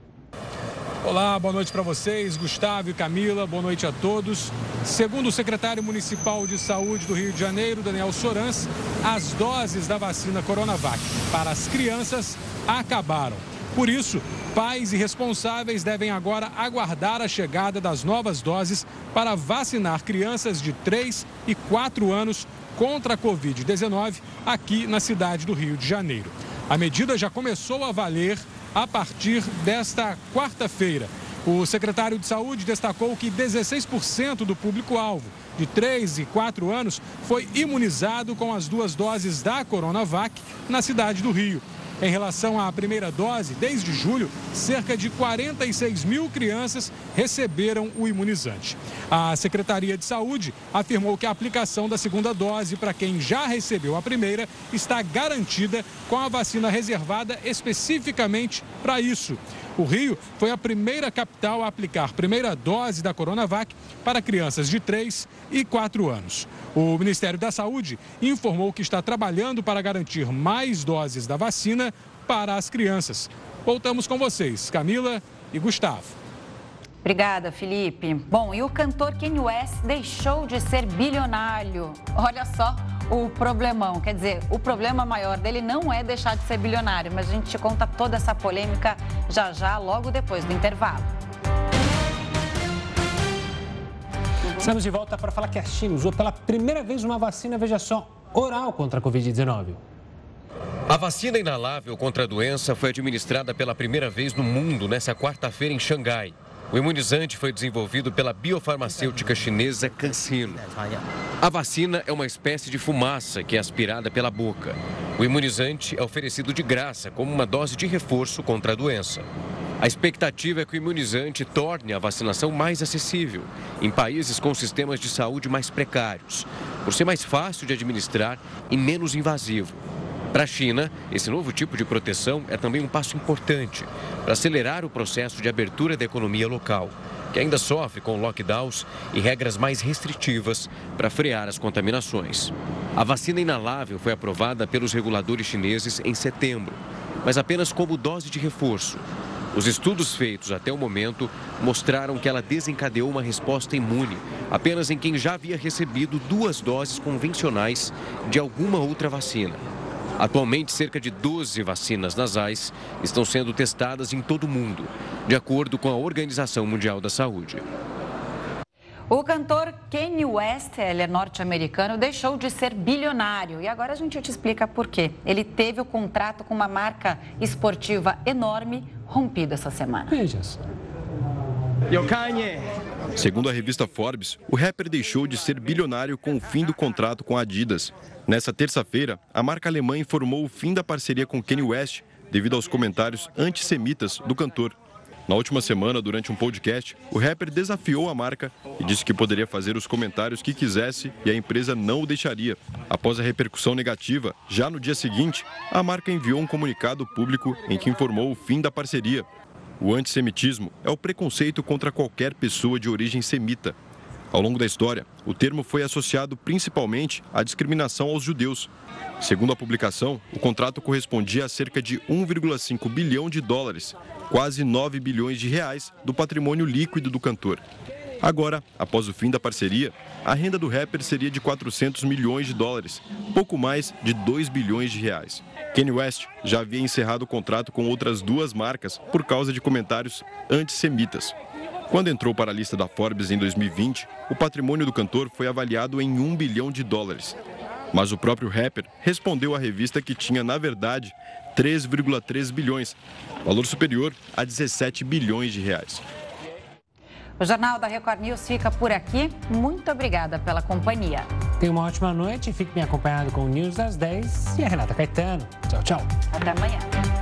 Olá, boa noite para vocês, Gustavo e Camila, boa noite a todos. Segundo o secretário municipal de saúde do Rio de Janeiro, Daniel Sorans, as doses da vacina Coronavac para as crianças acabaram. Por isso, pais e responsáveis devem agora aguardar a chegada das novas doses para vacinar crianças de três e quatro anos contra a covid dezenove aqui na cidade do Rio de Janeiro. A medida já começou a valer a partir desta quarta-feira. O secretário de Saúde destacou que dezesseis por cento do público-alvo de três e quatro anos foi imunizado com as duas doses da Coronavac na cidade do Rio. Em relação à primeira dose, desde julho, cerca de quarenta e seis mil crianças receberam o imunizante. A Secretaria de Saúde afirmou que a aplicação da segunda dose para quem já recebeu a primeira está garantida com a vacina reservada especificamente para isso. O Rio foi a primeira capital a aplicar primeira dose da Coronavac para crianças de três e quatro anos. O Ministério da Saúde informou que está trabalhando para garantir mais doses da vacina para as crianças. Voltamos com vocês, Camila e Gustavo. Obrigada, Felipe. Bom, e o cantor Kanye West deixou de ser bilionário. Olha só o problemão. Quer dizer, o problema maior dele não é deixar de ser bilionário, mas a gente te conta toda essa polêmica já já, logo depois do intervalo. Estamos de volta para falar que a China usou pela primeira vez uma vacina, veja só, oral contra a covid dezenove. A vacina inalável contra a doença foi administrada pela primeira vez no mundo nesta quarta-feira em Xangai. O imunizante foi desenvolvido pela biofarmacêutica chinesa CanSino. A vacina é uma espécie de fumaça que é aspirada pela boca. O imunizante é oferecido de graça como uma dose de reforço contra a doença. A expectativa é que o imunizante torne a vacinação mais acessível em países com sistemas de saúde mais precários, por ser mais fácil de administrar e menos invasivo. Para a China, esse novo tipo de proteção é também um passo importante para acelerar o processo de abertura da economia local, que ainda sofre com lockdowns e regras mais restritivas para frear as contaminações. A vacina inalável foi aprovada pelos reguladores chineses em setembro, mas apenas como dose de reforço. Os estudos feitos até o momento mostraram que ela desencadeou uma resposta imune apenas em quem já havia recebido duas doses convencionais de alguma outra vacina. Atualmente, cerca de doze vacinas nasais estão sendo testadas em todo o mundo, de acordo com a Organização Mundial da Saúde. O cantor Kanye West, ele é norte-americano, deixou de ser bilionário. E agora a gente te explica por quê. Ele teve o contrato com uma marca esportiva enorme rompido essa semana. Veja só. Segundo a revista Forbes, o rapper deixou de ser bilionário com o fim do contrato com a Adidas. Nessa terça-feira, a marca alemã informou o fim da parceria com Kanye West devido aos comentários antissemitas do cantor. Na última semana, durante um podcast, o rapper desafiou a marca e disse que poderia fazer os comentários que quisesse e a empresa não o deixaria. Após a repercussão negativa, já no dia seguinte, a marca enviou um comunicado público em que informou o fim da parceria. O antissemitismo é o preconceito contra qualquer pessoa de origem semita. Ao longo da história, o termo foi associado principalmente à discriminação aos judeus. Segundo a publicação, o contrato correspondia a cerca de um vírgula cinco bilhão de dólares, quase nove bilhões de reais do patrimônio líquido do cantor. Agora, após o fim da parceria, a renda do rapper seria de quatrocentos milhões de dólares, pouco mais de dois bilhões de reais. Kanye West já havia encerrado o contrato com outras duas marcas por causa de comentários antissemitas. Quando entrou para a lista da Forbes em dois mil e vinte, o patrimônio do cantor foi avaliado em um bilhão de dólares. Mas o próprio rapper respondeu à revista que tinha, na verdade, três vírgula três bilhões, valor superior a dezessete bilhões de reais. O Jornal da Record News fica por aqui. Muito obrigada pela companhia. Tenha uma ótima noite. Fique bem acompanhado com o News das dez e a Renata Caetano. Tchau, tchau. Até amanhã.